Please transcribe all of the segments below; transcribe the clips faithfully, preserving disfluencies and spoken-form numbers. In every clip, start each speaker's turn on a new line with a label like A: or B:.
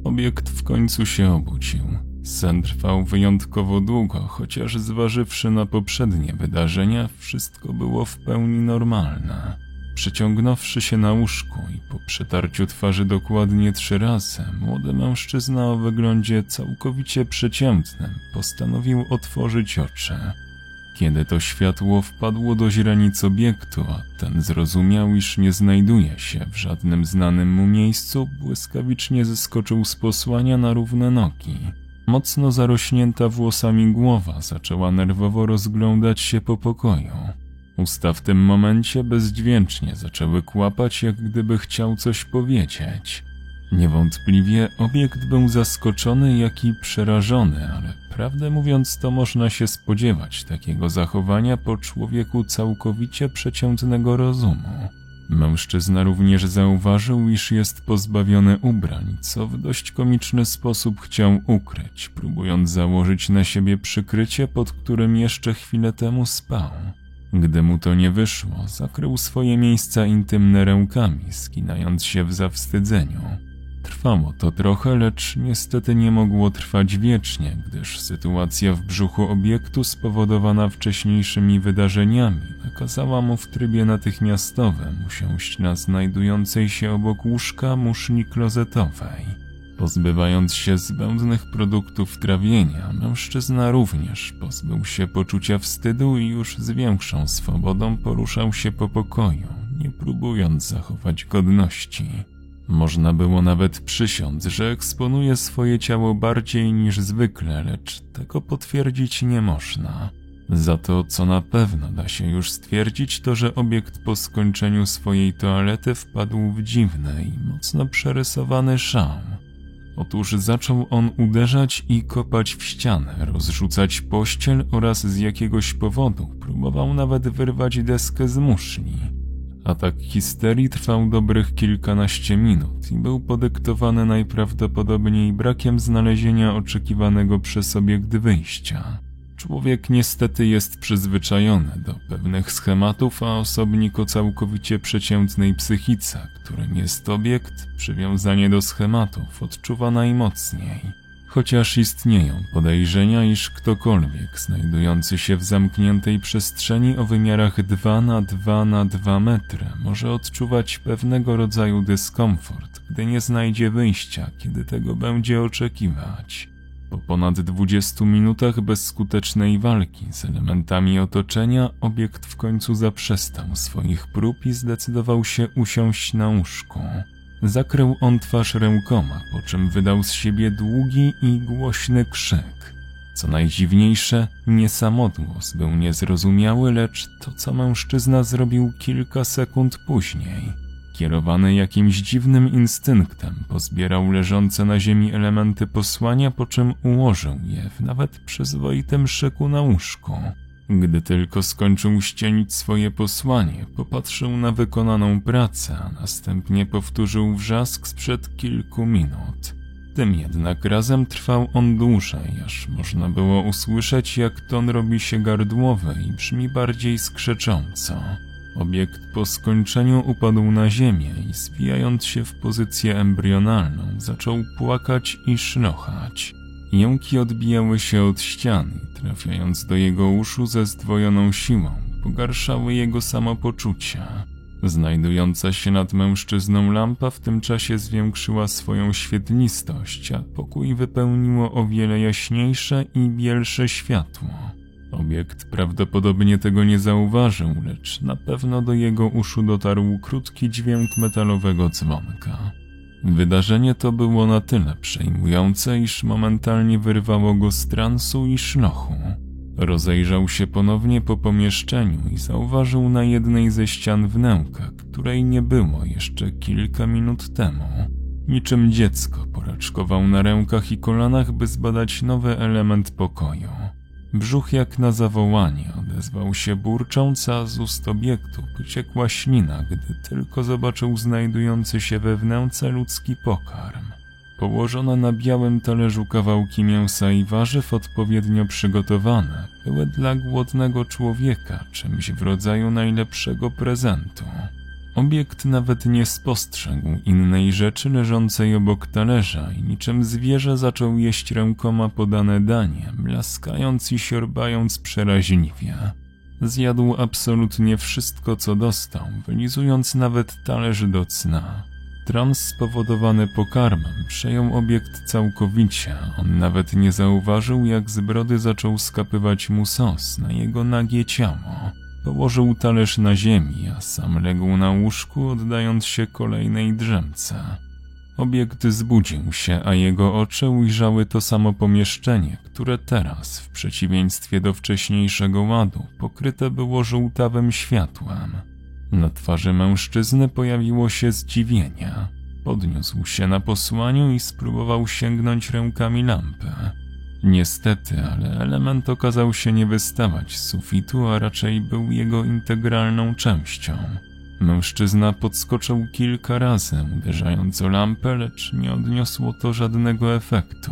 A: Obiekt w końcu się obudził. Sen trwał wyjątkowo długo, chociaż zważywszy na poprzednie wydarzenia, wszystko było w pełni normalne. Przeciągnąwszy się na łóżku i po przetarciu twarzy dokładnie trzy razy, młody mężczyzna o wyglądzie całkowicie przeciętnym postanowił otworzyć oczy. Kiedy to światło wpadło do źrenic obiektu, a ten zrozumiał, iż nie znajduje się w żadnym znanym mu miejscu, błyskawicznie zeskoczył z posłania na równe nogi. Mocno zarośnięta włosami głowa zaczęła nerwowo rozglądać się po pokoju. Usta w tym momencie bezdźwięcznie zaczęły kłapać, jak gdyby chciał coś powiedzieć. Niewątpliwie obiekt był zaskoczony, jak i przerażony, ale prawdę mówiąc to można się spodziewać takiego zachowania po człowieku całkowicie przeciętnego rozumu. Mężczyzna również zauważył, iż jest pozbawiony ubrań, co w dość komiczny sposób chciał ukryć, próbując założyć na siebie przykrycie, pod którym jeszcze chwilę temu spał. Gdy mu to nie wyszło, zakrył swoje miejsca intymne rękami, skinając się w zawstydzeniu. Trwało to trochę, lecz niestety nie mogło trwać wiecznie, gdyż sytuacja w brzuchu obiektu spowodowana wcześniejszymi wydarzeniami nakazała mu w trybie natychmiastowym usiąść na znajdującej się obok łóżka muszli klozetowej. Pozbywając się zbędnych produktów trawienia, mężczyzna również pozbył się poczucia wstydu i już z większą swobodą poruszał się po pokoju, nie próbując zachować godności. Można było nawet przysiąc, że eksponuje swoje ciało bardziej niż zwykle, lecz tego potwierdzić nie można. Za to, co na pewno da się już stwierdzić, to że obiekt po skończeniu swojej toalety wpadł w dziwny i mocno przerysowany szał. Otóż zaczął on uderzać i kopać w ścianę, rozrzucać pościel oraz z jakiegoś powodu próbował nawet wyrwać deskę z muszli. Atak histerii trwał dobrych kilkanaście minut i był podyktowany najprawdopodobniej brakiem znalezienia oczekiwanego przez obiekt wyjścia. Człowiek niestety jest przyzwyczajony do pewnych schematów, a osobnik o całkowicie przeciętnej psychice, którym jest obiekt, przywiązanie do schematów odczuwa najmocniej. Chociaż istnieją podejrzenia, iż ktokolwiek znajdujący się w zamkniętej przestrzeni o wymiarach dwa na dwa na dwa metry może odczuwać pewnego rodzaju dyskomfort, gdy nie znajdzie wyjścia, kiedy tego będzie oczekiwać. Po ponad dwudziestu minutach bezskutecznej walki z elementami otoczenia, obiekt w końcu zaprzestał swoich prób i zdecydował się usiąść na łóżku. Zakrył on twarz rękoma, po czym wydał z siebie długi i głośny krzyk. Co najdziwniejsze, nie sam odgłos był niezrozumiały, lecz to, co mężczyzna zrobił kilka sekund później. Kierowany jakimś dziwnym instynktem, pozbierał leżące na ziemi elementy posłania, po czym ułożył je w nawet przyzwoitym szyku na łóżku. Gdy tylko skończył ścienić swoje posłanie, popatrzył na wykonaną pracę, a następnie powtórzył wrzask sprzed kilku minut. Tym jednak razem trwał on dłużej, aż można było usłyszeć, jak ton robi się gardłowy i brzmi bardziej skrzecząco. Obiekt po skończeniu upadł na ziemię i zwijając się w pozycję embrionalną, zaczął płakać i szlochać. Jęki odbijały się od ściany, trafiając do jego uszu ze zdwojoną siłą, pogarszały jego samopoczucie. Znajdująca się nad mężczyzną lampa w tym czasie zwiększyła swoją świetlistość, a pokój wypełniło o wiele jaśniejsze i bielsze światło. Obiekt prawdopodobnie tego nie zauważył, lecz na pewno do jego uszu dotarł krótki dźwięk metalowego dzwonka. Wydarzenie to było na tyle przejmujące, iż momentalnie wyrwało go z transu i szlochu. Rozejrzał się ponownie po pomieszczeniu i zauważył na jednej ze ścian wnękę, której nie było jeszcze kilka minut temu. Niczym dziecko poraczkował na rękach i kolanach, by zbadać nowy element pokoju. Brzuch jak na zawołanie odezwał się burcząc, a z ust obiektu pociekła ślina, gdy tylko zobaczył znajdujący się we wnęce ludzki pokarm. Położone na białym talerzu kawałki mięsa i warzyw odpowiednio przygotowane były dla głodnego człowieka czymś w rodzaju najlepszego prezentu. Obiekt nawet nie spostrzegł innej rzeczy leżącej obok talerza i niczym zwierzę zaczął jeść rękoma podane danie, blaskając i siorbając przeraźliwie. Zjadł absolutnie wszystko, co dostał, wylizując nawet talerz do cna. Trans spowodowany pokarmem przejął obiekt całkowicie. On nawet nie zauważył, jak z brody zaczął skapywać mu sos na jego nagie ciało. Położył talerz na ziemi, a sam legł na łóżku, oddając się kolejnej drzemce. Obiekt zbudził się, a jego oczy ujrzały to samo pomieszczenie, które teraz, w przeciwieństwie do wcześniejszego ładu, pokryte było żółtawym światłem. Na twarzy mężczyzny pojawiło się zdziwienie. Podniósł się na posłaniu i spróbował sięgnąć rękami lampy. Niestety, ale element okazał się nie wystawać z sufitu, a raczej był jego integralną częścią. Mężczyzna podskoczył kilka razy, uderzając o lampę, lecz nie odniosło to żadnego efektu.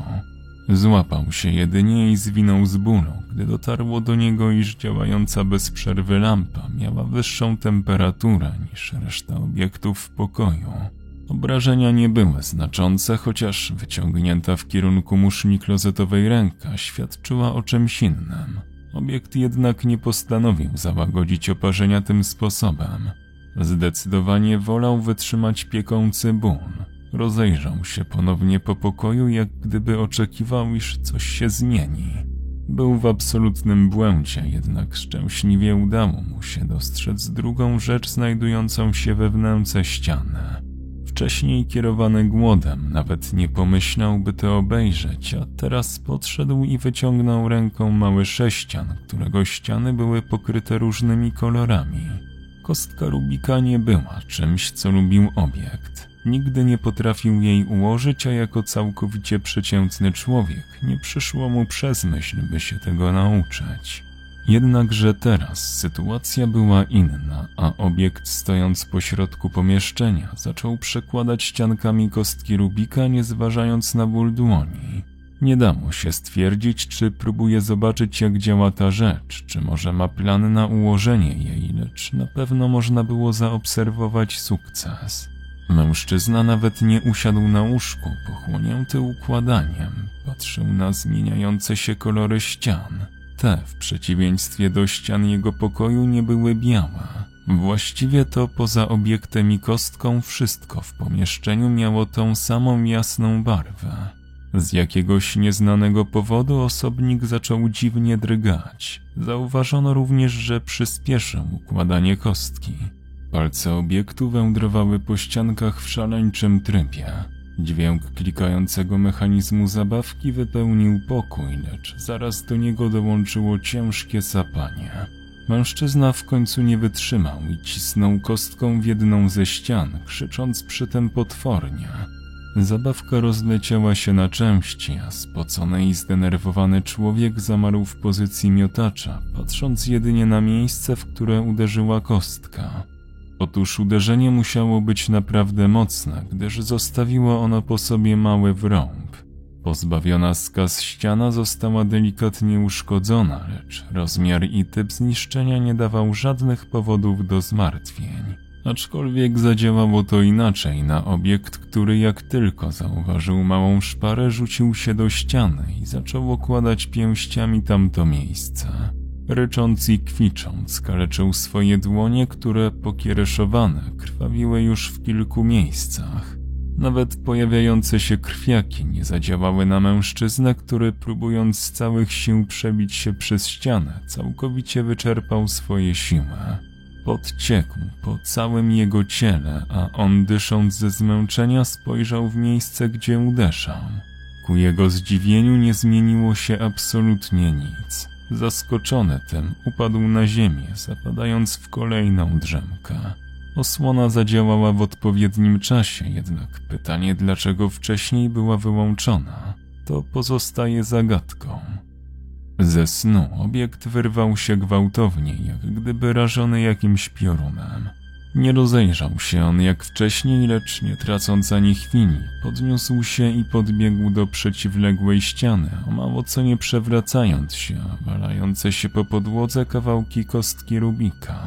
A: Złapał się jedynie i zwinął z bólu, gdy dotarło do niego, iż działająca bez przerwy lampa miała wyższą temperaturę niż reszta obiektów w pokoju. Obrażenia nie były znaczące, chociaż wyciągnięta w kierunku muszli klozetowej ręka świadczyła o czymś innym. Obiekt jednak nie postanowił załagodzić oparzenia tym sposobem. Zdecydowanie wolał wytrzymać piekący ból. Rozejrzał się ponownie po pokoju, jak gdyby oczekiwał, iż coś się zmieni. Był w absolutnym błędzie, jednak szczęśliwie udało mu się dostrzec drugą rzecz znajdującą się we wnęce ściany. Wcześniej kierowany głodem nawet nie pomyślał, by to obejrzeć, a teraz podszedł i wyciągnął ręką mały sześcian, którego ściany były pokryte różnymi kolorami. Kostka Rubika nie była czymś, co lubił obiekt. Nigdy nie potrafił jej ułożyć, a jako całkowicie przeciętny człowiek nie przyszło mu przez myśl, by się tego nauczyć. Jednakże teraz sytuacja była inna, a obiekt, stojąc pośrodku pomieszczenia, zaczął przekładać ściankami kostki Rubika, nie zważając na ból dłoni. Nie dało się stwierdzić, czy próbuje zobaczyć, jak działa ta rzecz, czy może ma plan na ułożenie jej, lecz na pewno można było zaobserwować sukces. Mężczyzna nawet nie usiadł na łóżku, pochłonięty układaniem. Patrzył na zmieniające się kolory ścian. Te, w przeciwieństwie do ścian jego pokoju, nie były białe. Właściwie to poza obiektem i kostką wszystko w pomieszczeniu miało tą samą jasną barwę. Z jakiegoś nieznanego powodu osobnik zaczął dziwnie drgać. Zauważono również, że przyspieszył układanie kostki. Palce obiektu wędrowały po ściankach w szaleńczym trybie. Dźwięk klikającego mechanizmu zabawki wypełnił pokój, lecz zaraz do niego dołączyło ciężkie sapanie. Mężczyzna w końcu nie wytrzymał i cisnął kostką w jedną ze ścian, krzycząc przy tym potwornie. Zabawka rozleciała się na części, a spocony i zdenerwowany człowiek zamarł w pozycji miotacza, patrząc jedynie na miejsce, w które uderzyła kostka. Otóż uderzenie musiało być naprawdę mocne, gdyż zostawiło ono po sobie mały wrąb. Pozbawiona skaz ściana została delikatnie uszkodzona, lecz rozmiar i typ zniszczenia nie dawał żadnych powodów do zmartwień. Aczkolwiek zadziałało to inaczej na obiekt, który jak tylko zauważył małą szparę, rzucił się do ściany i zaczął okładać pięściami tamto miejsce. Rycząc i kwicząc, kaleczył swoje dłonie, które pokiereszowane krwawiły już w kilku miejscach. Nawet pojawiające się krwiaki nie zadziałały na mężczyznę, który, próbując z całych sił przebić się przez ścianę, całkowicie wyczerpał swoje siły. Pot ciekł po całym jego ciele, a on, dysząc ze zmęczenia, spojrzał w miejsce, gdzie uderzał. Ku jego zdziwieniu nie zmieniło się absolutnie nic. Zaskoczony tym, upadł na ziemię, zapadając w kolejną drzemkę. Osłona zadziałała w odpowiednim czasie, jednak pytanie, dlaczego wcześniej była wyłączona, to pozostaje zagadką. Ze snu obiekt wyrwał się gwałtownie, jak gdyby rażony jakimś piorunem. Nie rozejrzał się on jak wcześniej, lecz nie tracąc ani chwili, podniósł się i podbiegł do przeciwległej ściany, o mało co nie przewracając się, walające się po podłodze kawałki kostki Rubika.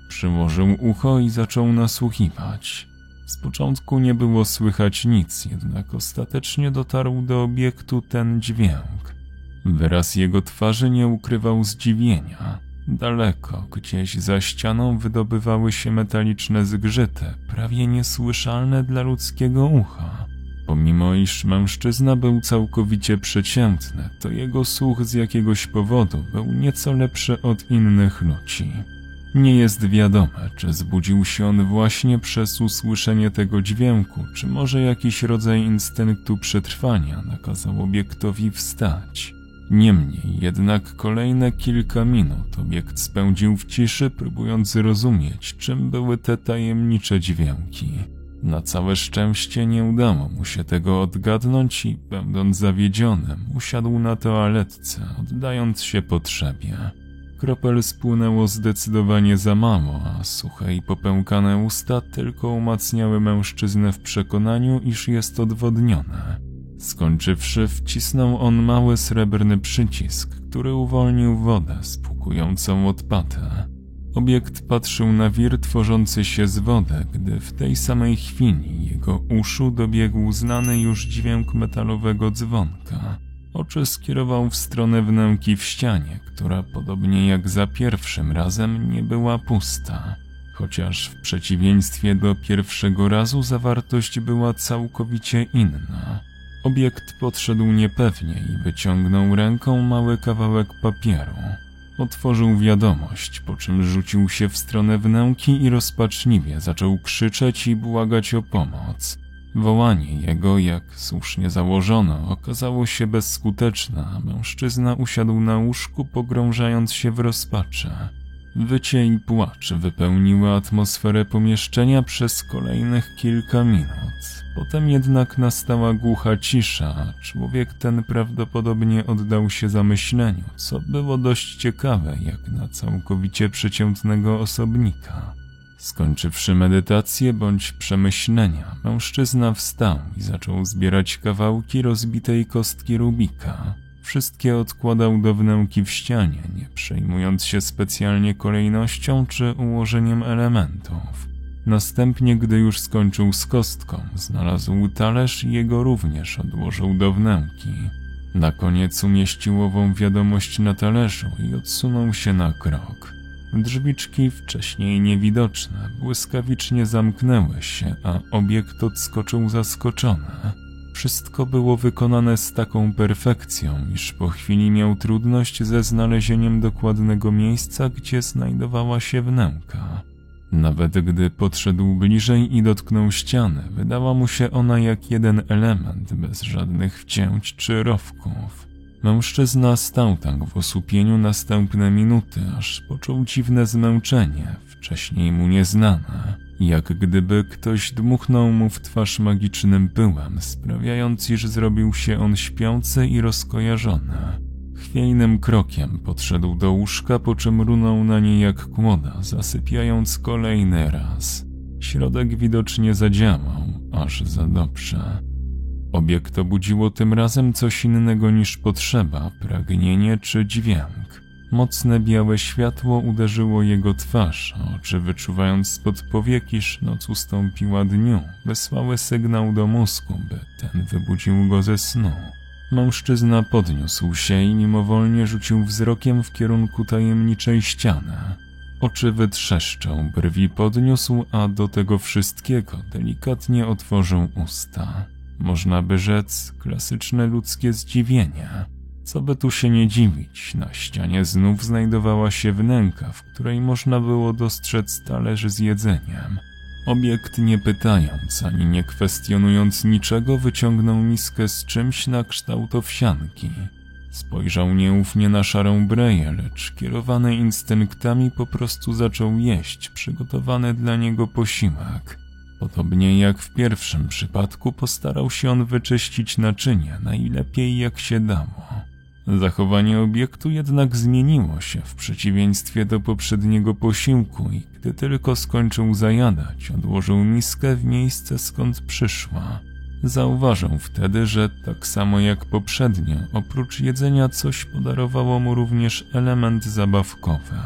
A: Przyłożył ucho i zaczął nasłuchiwać. Z początku nie było słychać nic, jednak ostatecznie dotarł do obiektu ten dźwięk. Wyraz jego twarzy nie ukrywał zdziwienia. Daleko, gdzieś za ścianą wydobywały się metaliczne zgrzyty, prawie niesłyszalne dla ludzkiego ucha. Pomimo iż mężczyzna był całkowicie przeciętny, to jego słuch z jakiegoś powodu był nieco lepszy od innych ludzi. Nie jest wiadome, czy zbudził się on właśnie przez usłyszenie tego dźwięku, czy może jakiś rodzaj instynktu przetrwania nakazał obiektowi wstać. Niemniej jednak kolejne kilka minut obiekt spędził w ciszy, próbując zrozumieć, czym były te tajemnicze dźwięki. Na całe szczęście nie udało mu się tego odgadnąć i, będąc zawiedzionym, usiadł na toaletce, oddając się potrzebie. Kropel spłynęło zdecydowanie za mało, a suche i popękane usta tylko umacniały mężczyznę w przekonaniu, iż jest odwodnione. Skończywszy, wcisnął on mały srebrny przycisk, który uwolnił wodę z pukującą odpatę. Obiekt patrzył na wir tworzący się z wody, gdy w tej samej chwili jego uszu dobiegł znany już dźwięk metalowego dzwonka. Oczy skierował w stronę wnęki w ścianie, która podobnie jak za pierwszym razem nie była pusta. Chociaż w przeciwieństwie do pierwszego razu zawartość była całkowicie inna. Obiekt podszedł niepewnie i wyciągnął ręką mały kawałek papieru. Otworzył wiadomość, po czym rzucił się w stronę wnęki i rozpaczliwie zaczął krzyczeć i błagać o pomoc. Wołanie jego, jak słusznie założono, okazało się bezskuteczne, a mężczyzna usiadł na łóżku, pogrążając się w rozpaczy. Wycie i płacz wypełniły atmosferę pomieszczenia przez kolejnych kilka minut. Potem jednak nastała głucha cisza, a człowiek ten prawdopodobnie oddał się zamyśleniu, co było dość ciekawe jak na całkowicie przeciętnego osobnika. Skończywszy medytację bądź przemyślenia, mężczyzna wstał i zaczął zbierać kawałki rozbitej kostki Rubika. Wszystkie odkładał do wnęki w ścianie, nie przejmując się specjalnie kolejnością czy ułożeniem elementów. Następnie, gdy już skończył z kostką, znalazł talerz i jego również odłożył do wnęki. Na koniec umieścił ową wiadomość na talerzu i odsunął się na krok. Drzwiczki, wcześniej niewidoczne, błyskawicznie zamknęły się, a obiekt odskoczył zaskoczony. Wszystko było wykonane z taką perfekcją, iż po chwili miał trudność ze znalezieniem dokładnego miejsca, gdzie znajdowała się wnęka. Nawet gdy podszedł bliżej i dotknął ściany, wydała mu się ona jak jeden element, bez żadnych wcięć czy rowków. Mężczyzna stał tak w osłupieniu następne minuty, aż poczuł dziwne zmęczenie, wcześniej mu nieznane, jak gdyby ktoś dmuchnął mu w twarz magicznym pyłem, sprawiając, iż zrobił się on śpiący i rozkojarzony. Chwiejnym krokiem podszedł do łóżka, po czym runął na nie jak kłoda, zasypiając kolejny raz. Środek widocznie zadziałał, aż za dobrze. Obiekt obudziło tym razem coś innego niż potrzeba, pragnienie czy dźwięk. Mocne białe światło uderzyło jego twarz, a oczy, wyczuwając spod powiek, iż noc ustąpiła dniu, wysłały sygnał do mózgu, by ten wybudził go ze snu. Mężczyzna podniósł się i mimowolnie rzucił wzrokiem w kierunku tajemniczej ściany. Oczy wytrzeszczał, brwi podniósł, a do tego wszystkiego delikatnie otworzył usta. Można by rzec klasyczne ludzkie zdziwienie. Co by tu się nie dziwić, na ścianie znów znajdowała się wnęka, w której można było dostrzec talerz z jedzeniem. Obiekt, nie pytając ani nie kwestionując niczego, wyciągnął miskę z czymś na kształt owsianki. Spojrzał nieufnie na szarą breję, lecz kierowany instynktami po prostu zaczął jeść przygotowany dla niego posiłek. Podobnie jak w pierwszym przypadku postarał się on wyczyścić naczynie najlepiej jak się dało. Zachowanie obiektu jednak zmieniło się w przeciwieństwie do poprzedniego posiłku i gdy tylko skończył zajadać, odłożył miskę w miejsce, skąd przyszła. Zauważył wtedy, że tak samo jak poprzednio, oprócz jedzenia coś podarowało mu również element zabawkowy.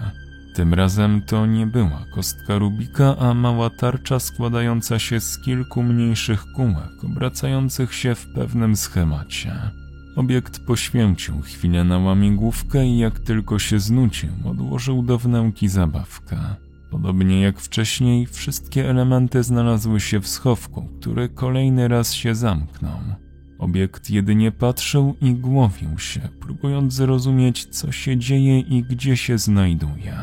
A: Tym razem to nie była kostka Rubika, a mała tarcza składająca się z kilku mniejszych kółek, obracających się w pewnym schemacie. Obiekt poświęcił chwilę na łamigłówkę i jak tylko się znudził, odłożył do wnęki zabawkę. Podobnie jak wcześniej, wszystkie elementy znalazły się w schowku, który kolejny raz się zamknął. Obiekt jedynie patrzył i głowił się, próbując zrozumieć, co się dzieje i gdzie się znajduje.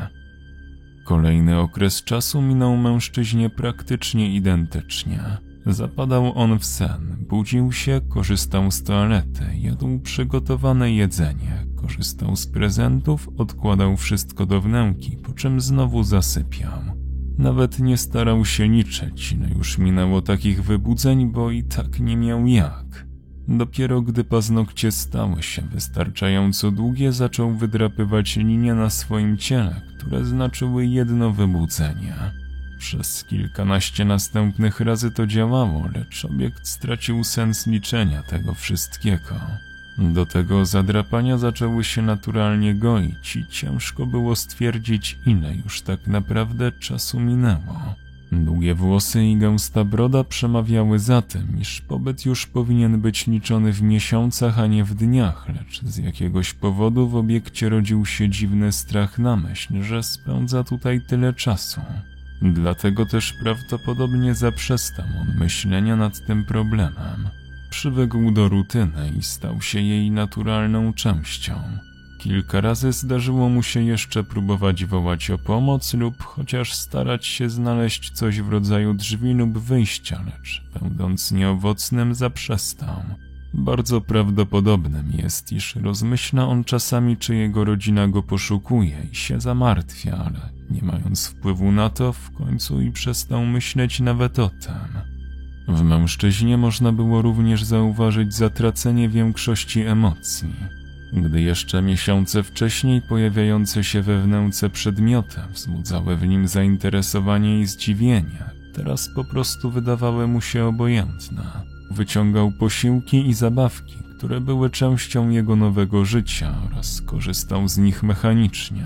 A: Kolejny okres czasu minął mężczyźnie praktycznie identycznie. Zapadał on w sen, budził się, korzystał z toalety, jadł przygotowane jedzenie, korzystał z prezentów, odkładał wszystko do wnęki, po czym znowu zasypiał. Nawet nie starał się liczyć, ile już minęło takich wybudzeń, bo i tak nie miał jak. Dopiero gdy paznokcie stały się wystarczająco długie, zaczął wydrapywać linie na swoim ciele, które znaczyły jedno wybudzenie. Przez kilkanaście następnych razy to działało, lecz obiekt stracił sens liczenia tego wszystkiego. Do tego zadrapania zaczęły się naturalnie goić i ciężko było stwierdzić, ile już tak naprawdę czasu minęło. Długie włosy i gęsta broda przemawiały za tym, iż pobyt już powinien być liczony w miesiącach, a nie w dniach, lecz z jakiegoś powodu w obiekcie rodził się dziwny strach na myśl, że spędza tutaj tyle czasu. Dlatego też prawdopodobnie zaprzestał on myślenia nad tym problemem. Przywykł do rutyny i stał się jej naturalną częścią. Kilka razy zdarzyło mu się jeszcze próbować wołać o pomoc lub chociaż starać się znaleźć coś w rodzaju drzwi lub wyjścia, lecz będąc nieowocnym zaprzestał. Bardzo prawdopodobnym jest, iż rozmyśla on czasami, czy jego rodzina go poszukuje i się zamartwia, ale nie mając wpływu na to, w końcu i przestał myśleć nawet o tym. W mężczyźnie można było również zauważyć zatracenie większości emocji. Gdy jeszcze miesiące wcześniej pojawiające się we wnęce przedmioty wzbudzały w nim zainteresowanie i zdziwienie, teraz po prostu wydawały mu się obojętne. Wyciągał posiłki i zabawki, które były częścią jego nowego życia oraz korzystał z nich mechanicznie.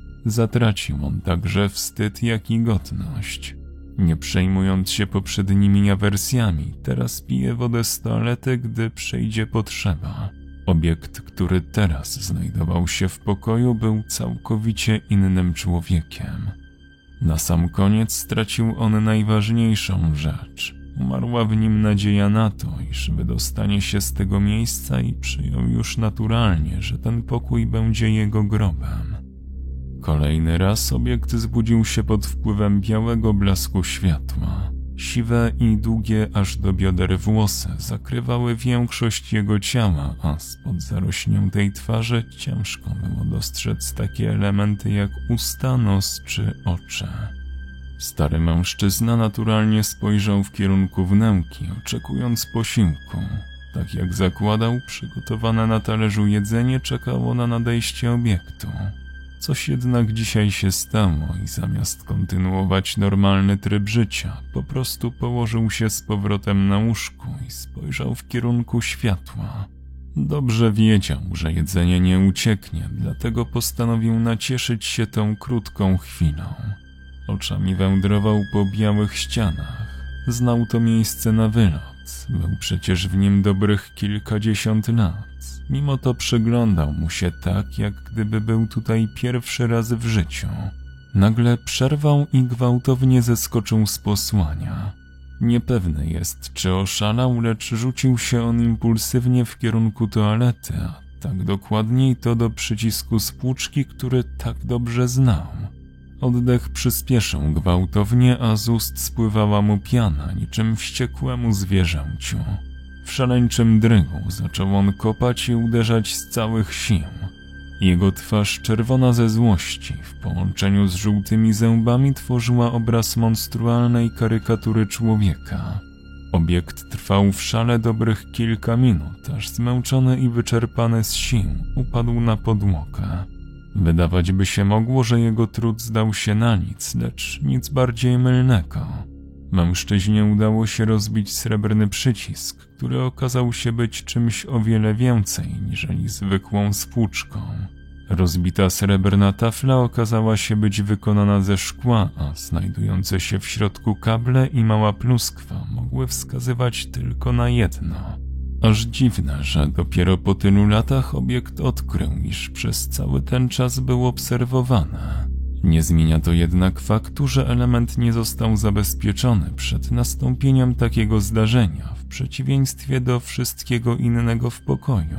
A: Zatracił on także wstyd, jak i godność. Nie przejmując się poprzednimi awersjami, teraz pije wodę z toalety, gdy przyjdzie potrzeba. Obiekt, który teraz znajdował się w pokoju, był całkowicie innym człowiekiem. Na sam koniec stracił on najważniejszą rzecz. Umarła w nim nadzieja na to, iż wydostanie się z tego miejsca i przyjął już naturalnie, że ten pokój będzie jego grobem. Kolejny raz obiekt zbudził się pod wpływem białego blasku światła. Siwe i długie aż do bioder włosy zakrywały większość jego ciała, a spod zarośniętej twarzy ciężko było dostrzec takie elementy jak usta, nos czy oczy. Stary mężczyzna naturalnie spojrzał w kierunku wnęki, oczekując posiłku. Tak jak zakładał, przygotowane na talerzu jedzenie czekało na nadejście obiektu. Coś jednak dzisiaj się stało i zamiast kontynuować normalny tryb życia, po prostu położył się z powrotem na łóżku i spojrzał w kierunku światła. Dobrze wiedział, że jedzenie nie ucieknie, dlatego postanowił nacieszyć się tą krótką chwilą. Oczami wędrował po białych ścianach. Znał to miejsce na wylot. Był przecież w nim dobrych kilkadziesiąt lat. Mimo to przyglądał mu się tak, jak gdyby był tutaj pierwszy raz w życiu. Nagle przerwał i gwałtownie zeskoczył z posłania. Niepewny jest, czy oszalał, lecz rzucił się on impulsywnie w kierunku toalety, a tak dokładniej to do przycisku spłuczki, który tak dobrze znał. Oddech przyspieszył gwałtownie, a z ust spływała mu piana, niczym wściekłemu zwierzęciu. W szaleńczym drygu zaczął on kopać i uderzać z całych sił. Jego twarz, czerwona ze złości, w połączeniu z żółtymi zębami tworzyła obraz monstrualnej karykatury człowieka. Obiekt trwał w szale dobrych kilka minut, aż zmęczony i wyczerpany z sił upadł na podłogę. Wydawać by się mogło, że jego trud zdał się na nic, lecz nic bardziej mylnego. Mężczyźnie udało się rozbić srebrny przycisk, który okazał się być czymś o wiele więcej niżeli zwykłą spłuczką. Rozbita srebrna tafla okazała się być wykonana ze szkła, a znajdujące się w środku kable i mała pluskwa mogły wskazywać tylko na jedno. Aż dziwne, że dopiero po tylu latach obiekt odkrył, iż przez cały ten czas był obserwowany. Nie zmienia to jednak faktu, że element nie został zabezpieczony przed nastąpieniem takiego zdarzenia, w przeciwieństwie do wszystkiego innego w pokoju.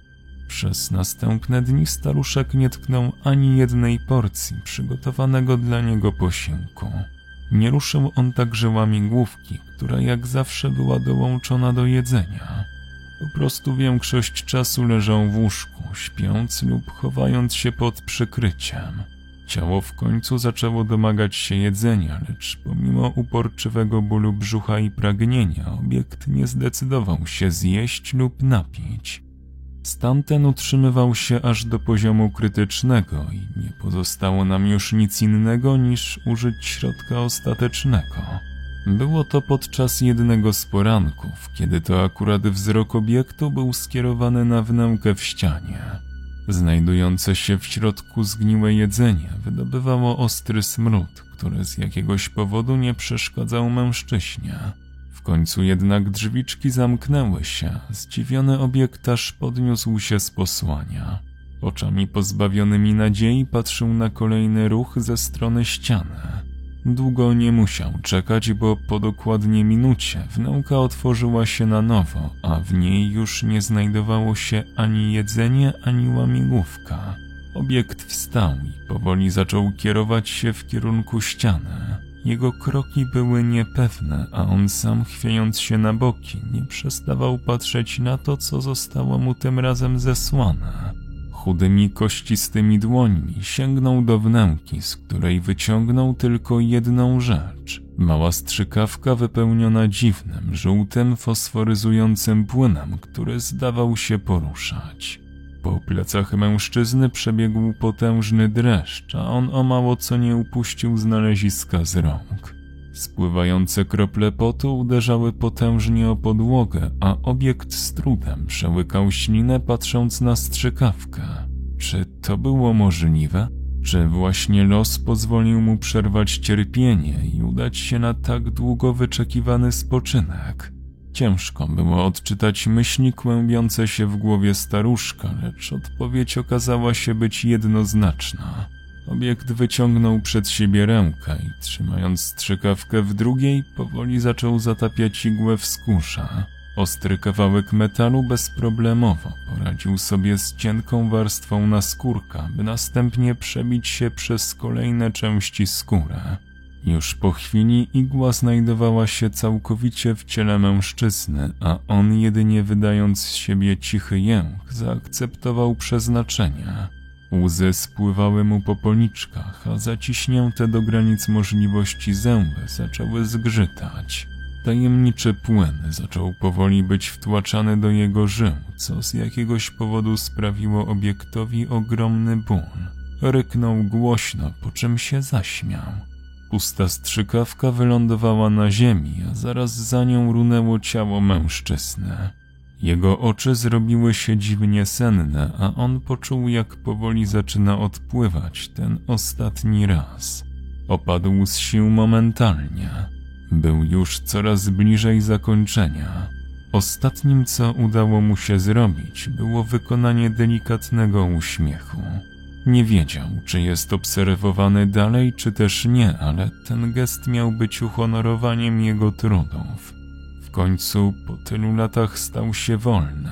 A: Przez następne dni staruszek nie tknął ani jednej porcji przygotowanego dla niego posiłku. Nie ruszył on także łamigłówki, która jak zawsze była dołączona do jedzenia. Po prostu większość czasu leżał w łóżku, śpiąc lub chowając się pod przykryciem. Ciało w końcu zaczęło domagać się jedzenia, lecz pomimo uporczywego bólu brzucha i pragnienia, obiekt nie zdecydował się zjeść lub napić. Stan ten utrzymywał się aż do poziomu krytycznego i nie pozostało nam już nic innego niż użyć środka ostatecznego. Było to podczas jednego z poranków, kiedy to akurat wzrok obiektu był skierowany na wnękę w ścianie. Znajdujące się w środku zgniłe jedzenie wydobywało ostry smród, który z jakiegoś powodu nie przeszkadzał mężczyźnie. W końcu jednak drzwiczki zamknęły się, zdziwiony obiektarz podniósł się z posłania. Oczami pozbawionymi nadziei patrzył na kolejny ruch ze strony ściany. Długo nie musiał czekać, bo po dokładnie minucie wnęka otworzyła się na nowo, a w niej już nie znajdowało się ani jedzenie, ani łamigłówka. Obiekt wstał i powoli zaczął kierować się w kierunku ściany. Jego kroki były niepewne, a on sam, chwiejąc się na boki, nie przestawał patrzeć na to, co zostało mu tym razem zesłane. Chudymi, kościstymi dłońmi sięgnął do wnęki, z której wyciągnął tylko jedną rzecz. Mała strzykawka wypełniona dziwnym, żółtym, fosforyzującym płynem, który zdawał się poruszać. Po plecach mężczyzny przebiegł potężny dreszcz, a on o mało co nie upuścił znaleziska z rąk. Spływające krople potu uderzały potężnie o podłogę, a obiekt z trudem przełykał ślinę, patrząc na strzykawkę. Czy to było możliwe? Czy właśnie los pozwolił mu przerwać cierpienie i udać się na tak długo wyczekiwany spoczynek? Ciężko było odczytać myśli kłębiące się w głowie staruszka, lecz odpowiedź okazała się być jednoznaczna. Obiekt wyciągnął przed siebie rękę i trzymając strzykawkę w drugiej, powoli zaczął zatapiać igłę w skórze. Ostry kawałek metalu bezproblemowo poradził sobie z cienką warstwą naskórka, by następnie przebić się przez kolejne części skóry. Już po chwili igła znajdowała się całkowicie w ciele mężczyzny, a on, jedynie wydając z siebie cichy jęk, zaakceptował przeznaczenie. Łzy spływały mu po policzkach, a zaciśnięte do granic możliwości zęby zaczęły zgrzytać. Tajemniczy płyn zaczął powoli być wtłaczany do jego żył, co z jakiegoś powodu sprawiło obiektowi ogromny ból. Ryknął głośno, po czym się zaśmiał. Pusta strzykawka wylądowała na ziemi, a zaraz za nią runęło ciało mężczyzny. Jego oczy zrobiły się dziwnie senne, a on poczuł, jak powoli zaczyna odpływać ten ostatni raz. Opadł z sił momentalnie. Był już coraz bliżej zakończenia. Ostatnim, co udało mu się zrobić, było wykonanie delikatnego uśmiechu. Nie wiedział, czy jest obserwowany dalej, czy też nie, ale ten gest miał być uhonorowaniem jego trudów. W końcu po tylu latach stał się wolny.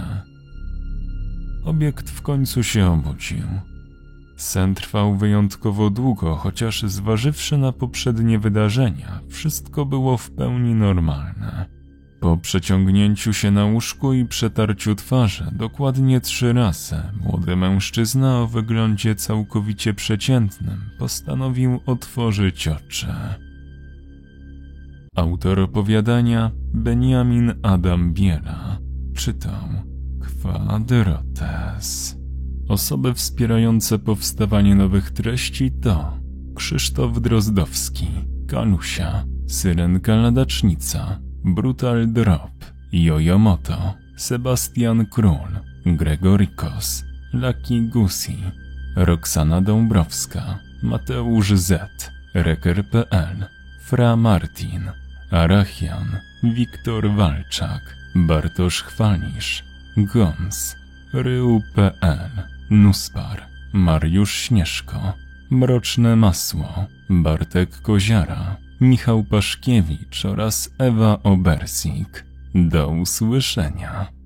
A: Obiekt w końcu się obudził. Sen trwał wyjątkowo długo, chociaż zważywszy na poprzednie wydarzenia, wszystko było w pełni normalne. Po przeciągnięciu się na łóżku i przetarciu twarzy dokładnie trzy razy, młody mężczyzna o wyglądzie całkowicie przeciętnym postanowił otworzyć oczy. Autor opowiadania Benjamin Adam Biela. Czytał Quadrotes. Osoby wspierające powstawanie nowych treści to Krzysztof Drozdowski, Kalusia, Syrenka Ladacznica, Brutal Drop, Jojomoto, Sebastian Król, Gregorikos, Lucky Gusi, Roxana Dąbrowska, Mateusz Z, Reker kropka pe el, Fra Martin, Arachian, Wiktor Walczak, Bartosz Chwalisz, Gons, Rył kropka pe el, Nuspar, Mariusz Śnieżko, Mroczne Masło, Bartek Koziara, Michał Paszkiewicz oraz Ewa Obersik. Do usłyszenia.